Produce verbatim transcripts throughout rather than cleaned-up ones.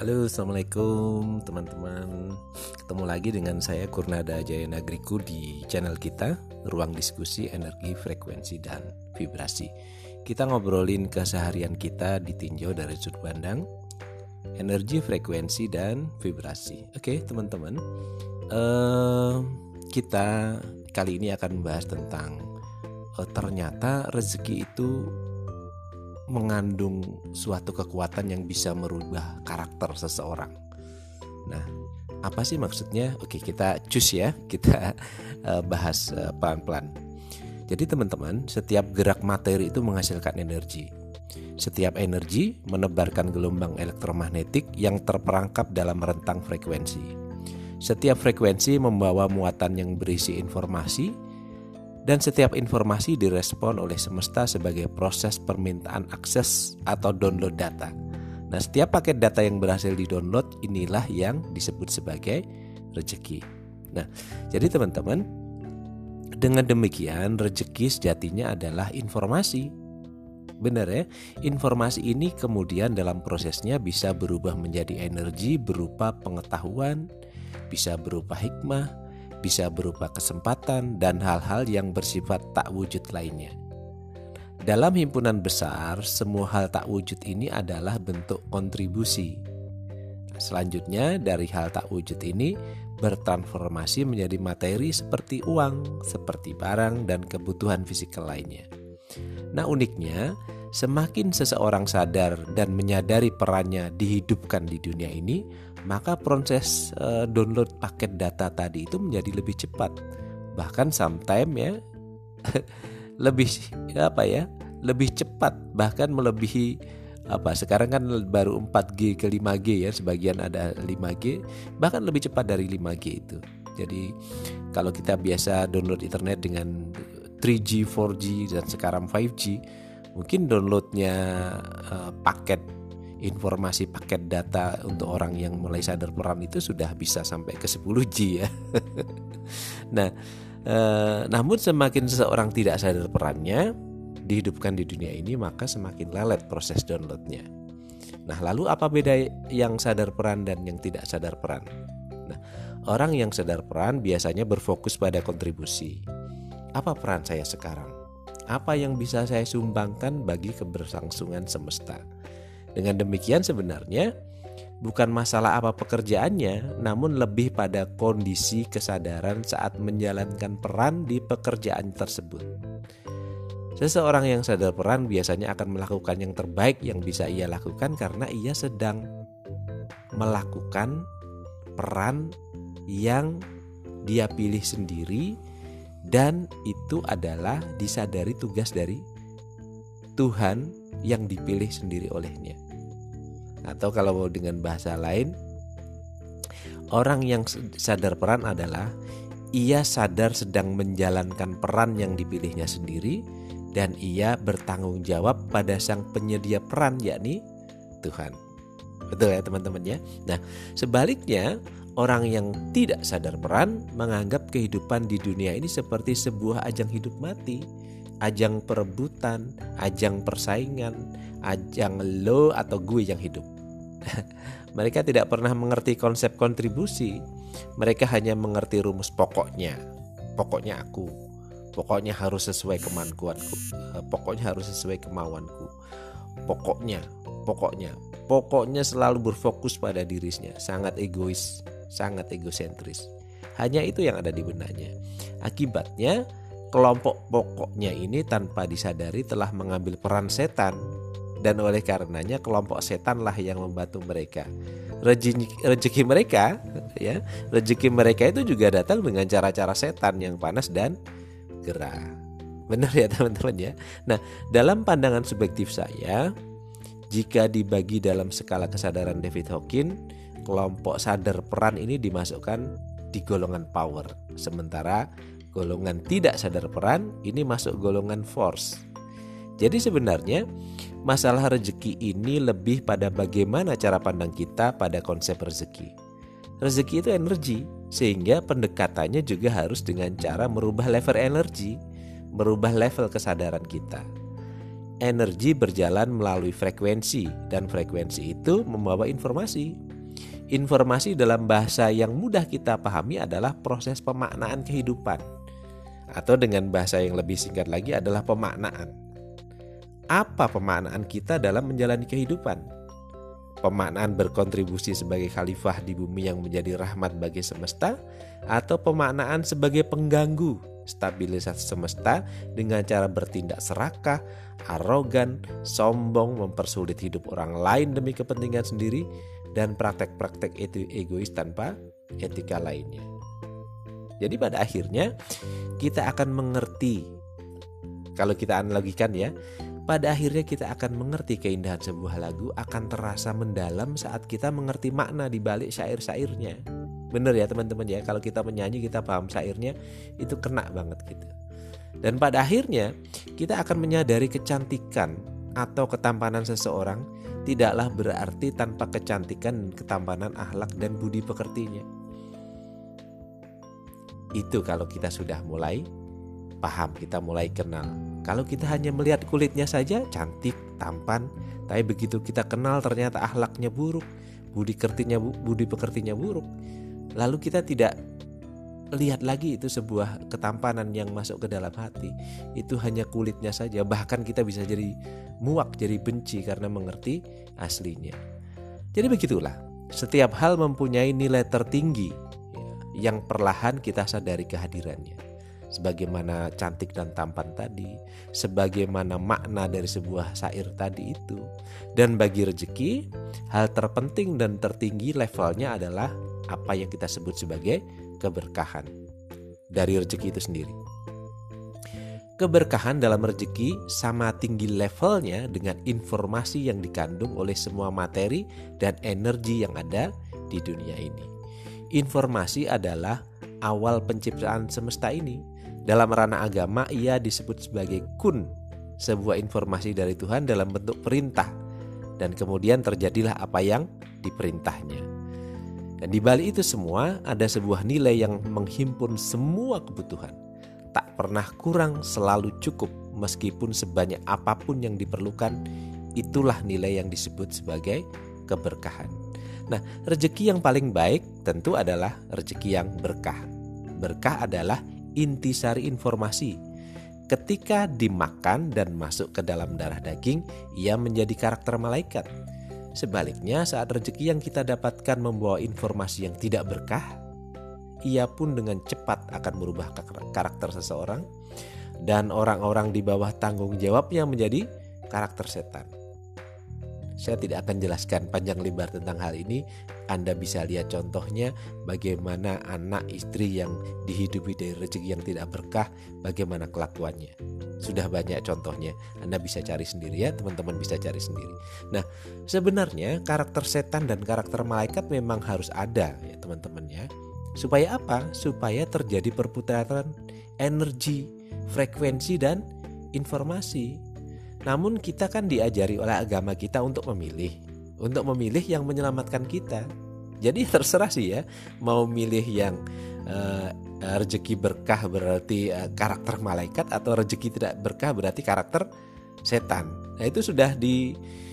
Halo, assalamualaikum teman-teman. Ketemu lagi dengan saya Kurnada Jaya Nagriku di channel kita Ruang Diskusi Energi, Frekuensi, dan Vibrasi. Kita ngobrolin keseharian kita ditinjau dari sudut pandang energi, frekuensi, dan vibrasi. Oke teman-teman, eh, kita kali ini akan membahas tentang eh, ternyata rezeki itu mengandung suatu kekuatan yang bisa merubah karakter seseorang. Nah, apa sih maksudnya? Oke, kita cus ya, kita uh, bahas uh, pelan-pelan. Jadi teman-teman, setiap gerak materi itu menghasilkan energi. Setiap energi menebarkan gelombang elektromagnetik yang terperangkap dalam rentang frekuensi. Setiap frekuensi membawa muatan yang berisi informasi, dan setiap informasi direspon oleh semesta sebagai proses permintaan akses atau download data. Nah, setiap paket data yang berhasil di-download inilah yang disebut sebagai rezeki. Nah, jadi teman-teman, dengan demikian rezeki sejatinya adalah informasi. Benar ya? Informasi ini kemudian dalam prosesnya bisa berubah menjadi energi berupa pengetahuan, bisa berupa hikmah, bisa berupa kesempatan dan hal-hal yang bersifat tak wujud lainnya. Dalam himpunan besar, semua hal tak wujud ini adalah bentuk kontribusi. Selanjutnya, dari hal tak wujud ini bertransformasi menjadi materi seperti uang, seperti barang dan kebutuhan fisikal lainnya. Nah, uniknya, semakin seseorang sadar dan menyadari perannya dihidupkan di dunia ini, maka proses uh, download paket data tadi itu menjadi lebih cepat. Bahkan sometimes ya lebih apa ya? lebih cepat, bahkan melebihi apa? Sekarang kan baru empat G ke lima G ya, sebagian ada lima G, bahkan lebih cepat dari lima G itu. Jadi kalau kita biasa download internet dengan tiga G, empat G dan sekarang lima G, mungkin downloadnya uh, paket informasi paket data untuk orang yang mulai sadar peran itu sudah bisa sampai ke sepuluh G ya. Nah, eh, namun semakin seseorang tidak sadar perannya dihidupkan di dunia ini, maka semakin lelet proses downloadnya. Nah, lalu apa beda yang sadar peran dan yang tidak sadar peran? Nah, orang yang sadar peran biasanya berfokus pada kontribusi. Apa peran saya sekarang? Apa yang bisa saya sumbangkan bagi keberlangsungan semesta? Dengan demikian sebenarnya bukan masalah apa pekerjaannya, namun lebih pada kondisi kesadaran saat menjalankan peran di pekerjaan tersebut. Seseorang yang sadar peran biasanya akan melakukan yang terbaik yang bisa ia lakukan karena ia sedang melakukan peran yang dia pilih sendiri, dan itu adalah disadari tugas dari Tuhan yang dipilih sendiri olehnya. Atau kalau dengan bahasa lain, orang yang sadar peran adalah ia sadar sedang menjalankan peran yang dipilihnya sendiri, dan ia bertanggung jawab pada sang penyedia peran, yakni Tuhan. Betul ya teman-teman ya. Nah, sebaliknya orang yang tidak sadar peran menganggap kehidupan di dunia ini seperti sebuah ajang hidup mati, ajang perebutan, ajang persaingan, ajang lo atau gue yang hidup. Mereka tidak pernah mengerti konsep kontribusi. Mereka hanya mengerti rumus pokoknya. Pokoknya aku. Pokoknya harus sesuai kemampuanku. Pokoknya harus sesuai kemauanku. Pokoknya, pokoknya, pokoknya selalu berfokus pada dirinya. Sangat egois, sangat egosentris. Hanya itu yang ada di benaknya. Akibatnya, kelompok pokoknya ini tanpa disadari telah mengambil peran setan, dan oleh karenanya kelompok setanlah yang membantu mereka. Rezeki, rezeki mereka, ya, rezeki mereka itu juga datang dengan cara-cara setan yang panas dan gerah. Benar ya teman-teman ya. Nah, dalam pandangan subjektif saya, jika dibagi dalam skala kesadaran David Hawkins, kelompok sadar peran ini dimasukkan di golongan power, sementara golongan tidak sadar peran ini masuk golongan force. Jadi sebenarnya masalah rezeki ini lebih pada bagaimana cara pandang kita pada konsep rezeki. Rezeki itu energi, sehingga pendekatannya juga harus dengan cara merubah level energi, merubah level kesadaran kita. Energi berjalan melalui frekuensi, dan frekuensi itu membawa informasi. Informasi dalam bahasa yang mudah kita pahami adalah proses pemaknaan kehidupan. Atau dengan bahasa yang lebih singkat lagi adalah pemaknaan. Apa pemaknaan kita dalam menjalani kehidupan? Pemaknaan berkontribusi sebagai khalifah di bumi yang menjadi rahmat bagi semesta, atau pemaknaan sebagai pengganggu stabilisasi semesta dengan cara bertindak serakah, arogan, sombong, mempersulit hidup orang lain demi kepentingan sendiri, dan praktek-praktek itu egois tanpa etika lainnya. Jadi pada akhirnya kita akan mengerti, kalau kita analogikan ya, pada akhirnya kita akan mengerti keindahan sebuah lagu akan terasa mendalam saat kita mengerti makna di balik syair-syairnya. Bener ya teman-teman ya, kalau kita menyanyi kita paham syairnya, itu kena banget gitu. Dan pada akhirnya kita akan menyadari kecantikan atau ketampanan seseorang tidaklah berarti tanpa kecantikan dan ketampanan akhlak dan budi pekertinya. Itu kalau kita sudah mulai paham, kita mulai kenal. Kalau kita hanya melihat kulitnya saja cantik, tampan, tapi begitu kita kenal ternyata akhlaknya buruk, budi pekertinya budi pekertinya buruk, lalu kita tidak lihat lagi itu sebuah ketampanan yang masuk ke dalam hati. Itu hanya kulitnya saja, bahkan kita bisa jadi muak, jadi benci karena mengerti aslinya. Jadi begitulah, setiap hal mempunyai nilai tertinggi ya, yang perlahan kita sadari kehadirannya. Sebagaimana cantik dan tampan tadi, sebagaimana makna dari sebuah syair tadi itu. Dan bagi rezeki, hal terpenting dan tertinggi levelnya adalah apa yang kita sebut sebagai keberkahan dari rezeki itu sendiri. Keberkahan dalam rezeki sama tinggi levelnya dengan informasi yang dikandung oleh semua materi dan energi yang ada di dunia ini. Informasi adalah awal penciptaan semesta ini. Dalam ranah agama ia disebut sebagai kun, sebuah informasi dari Tuhan dalam bentuk perintah, dan kemudian terjadilah apa yang diperintahnya. Dan di balik itu semua ada sebuah nilai yang menghimpun semua kebutuhan, tak pernah kurang, selalu cukup meskipun sebanyak apapun yang diperlukan. Itulah nilai yang disebut sebagai keberkahan. Nah, rezeki yang paling baik tentu adalah rezeki yang berkah. Berkah adalah intisari informasi. Ketika dimakan dan masuk ke dalam darah daging, ia menjadi karakter malaikat. Sebaliknya, saat rezeki yang kita dapatkan membawa informasi yang tidak berkah, ia pun dengan cepat akan merubah karakter seseorang, dan orang-orang di bawah tanggung jawabnya menjadi karakter setan. Saya tidak akan jelaskan panjang lebar tentang hal ini. Anda bisa lihat contohnya bagaimana anak istri yang dihidupi dari rezeki yang tidak berkah, bagaimana kelakuannya. Sudah banyak contohnya, Anda bisa cari sendiri ya, teman-teman bisa cari sendiri. Nah, sebenarnya karakter setan dan karakter malaikat memang harus ada ya teman-teman ya. Supaya apa? Supaya terjadi perputaran energi, frekuensi dan informasi. Namun kita kan diajari oleh agama kita untuk memilih, untuk memilih yang menyelamatkan kita. Jadi terserah sih ya, mau milih yang uh, rezeki berkah berarti uh, karakter malaikat, atau rezeki tidak berkah berarti karakter setan. Nah itu sudah di,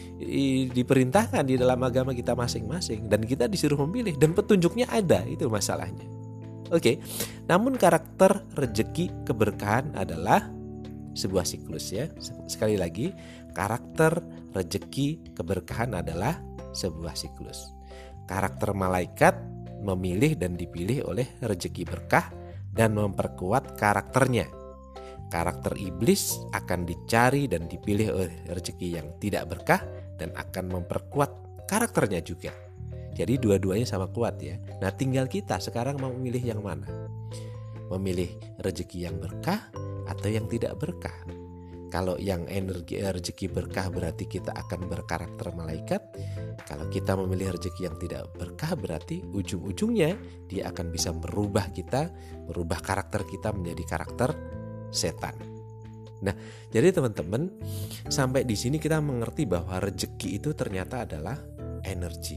di diperintahkan di dalam agama kita masing-masing, dan kita disuruh memilih, dan petunjuknya ada, itu masalahnya. Oke, namun karakter rezeki keberkahan adalah sebuah siklus ya. Sekali lagi, karakter rezeki keberkahan adalah sebuah siklus. Karakter malaikat memilih dan dipilih oleh rezeki berkah dan memperkuat karakternya. Karakter iblis akan dicari dan dipilih oleh rezeki yang tidak berkah dan akan memperkuat karakternya juga. Jadi dua-duanya sama kuat ya. Nah, tinggal kita sekarang mau memilih yang mana? Memilih rezeki yang berkah atau yang tidak berkah. Kalau yang energi rezeki berkah berarti kita akan berkarakter malaikat. Kalau kita memilih rezeki yang tidak berkah berarti ujung-ujungnya dia akan bisa merubah kita, merubah karakter kita menjadi karakter setan. Nah, jadi teman-teman, sampai di sini kita mengerti bahwa rezeki itu ternyata adalah energi,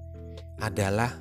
adalah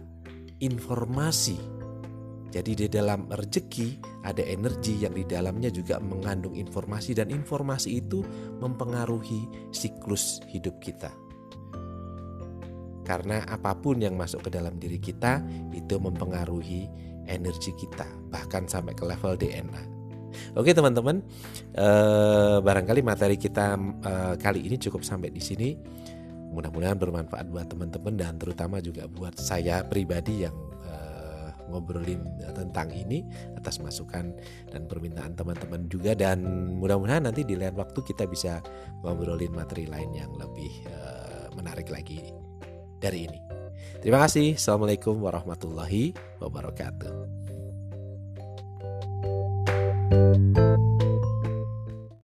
informasi. Jadi di dalam rezeki ada energi yang di dalamnya juga mengandung informasi, dan informasi itu mempengaruhi siklus hidup kita. Karena apapun yang masuk ke dalam diri kita itu mempengaruhi energi kita, bahkan sampai ke level D N A. Oke teman-teman, eh, barangkali materi kita eh, kali ini cukup sampai di sini. Mudah-mudahan bermanfaat buat teman-teman dan terutama juga buat saya pribadi yang eh, ngobrolin tentang ini, atas masukan dan permintaan teman-teman juga. Dan mudah-mudahan nanti di lain waktu kita bisa ngobrolin materi lain yang lebih eh, menarik lagi dari ini. Terima kasih. Assalamualaikum warahmatullahi wabarakatuh.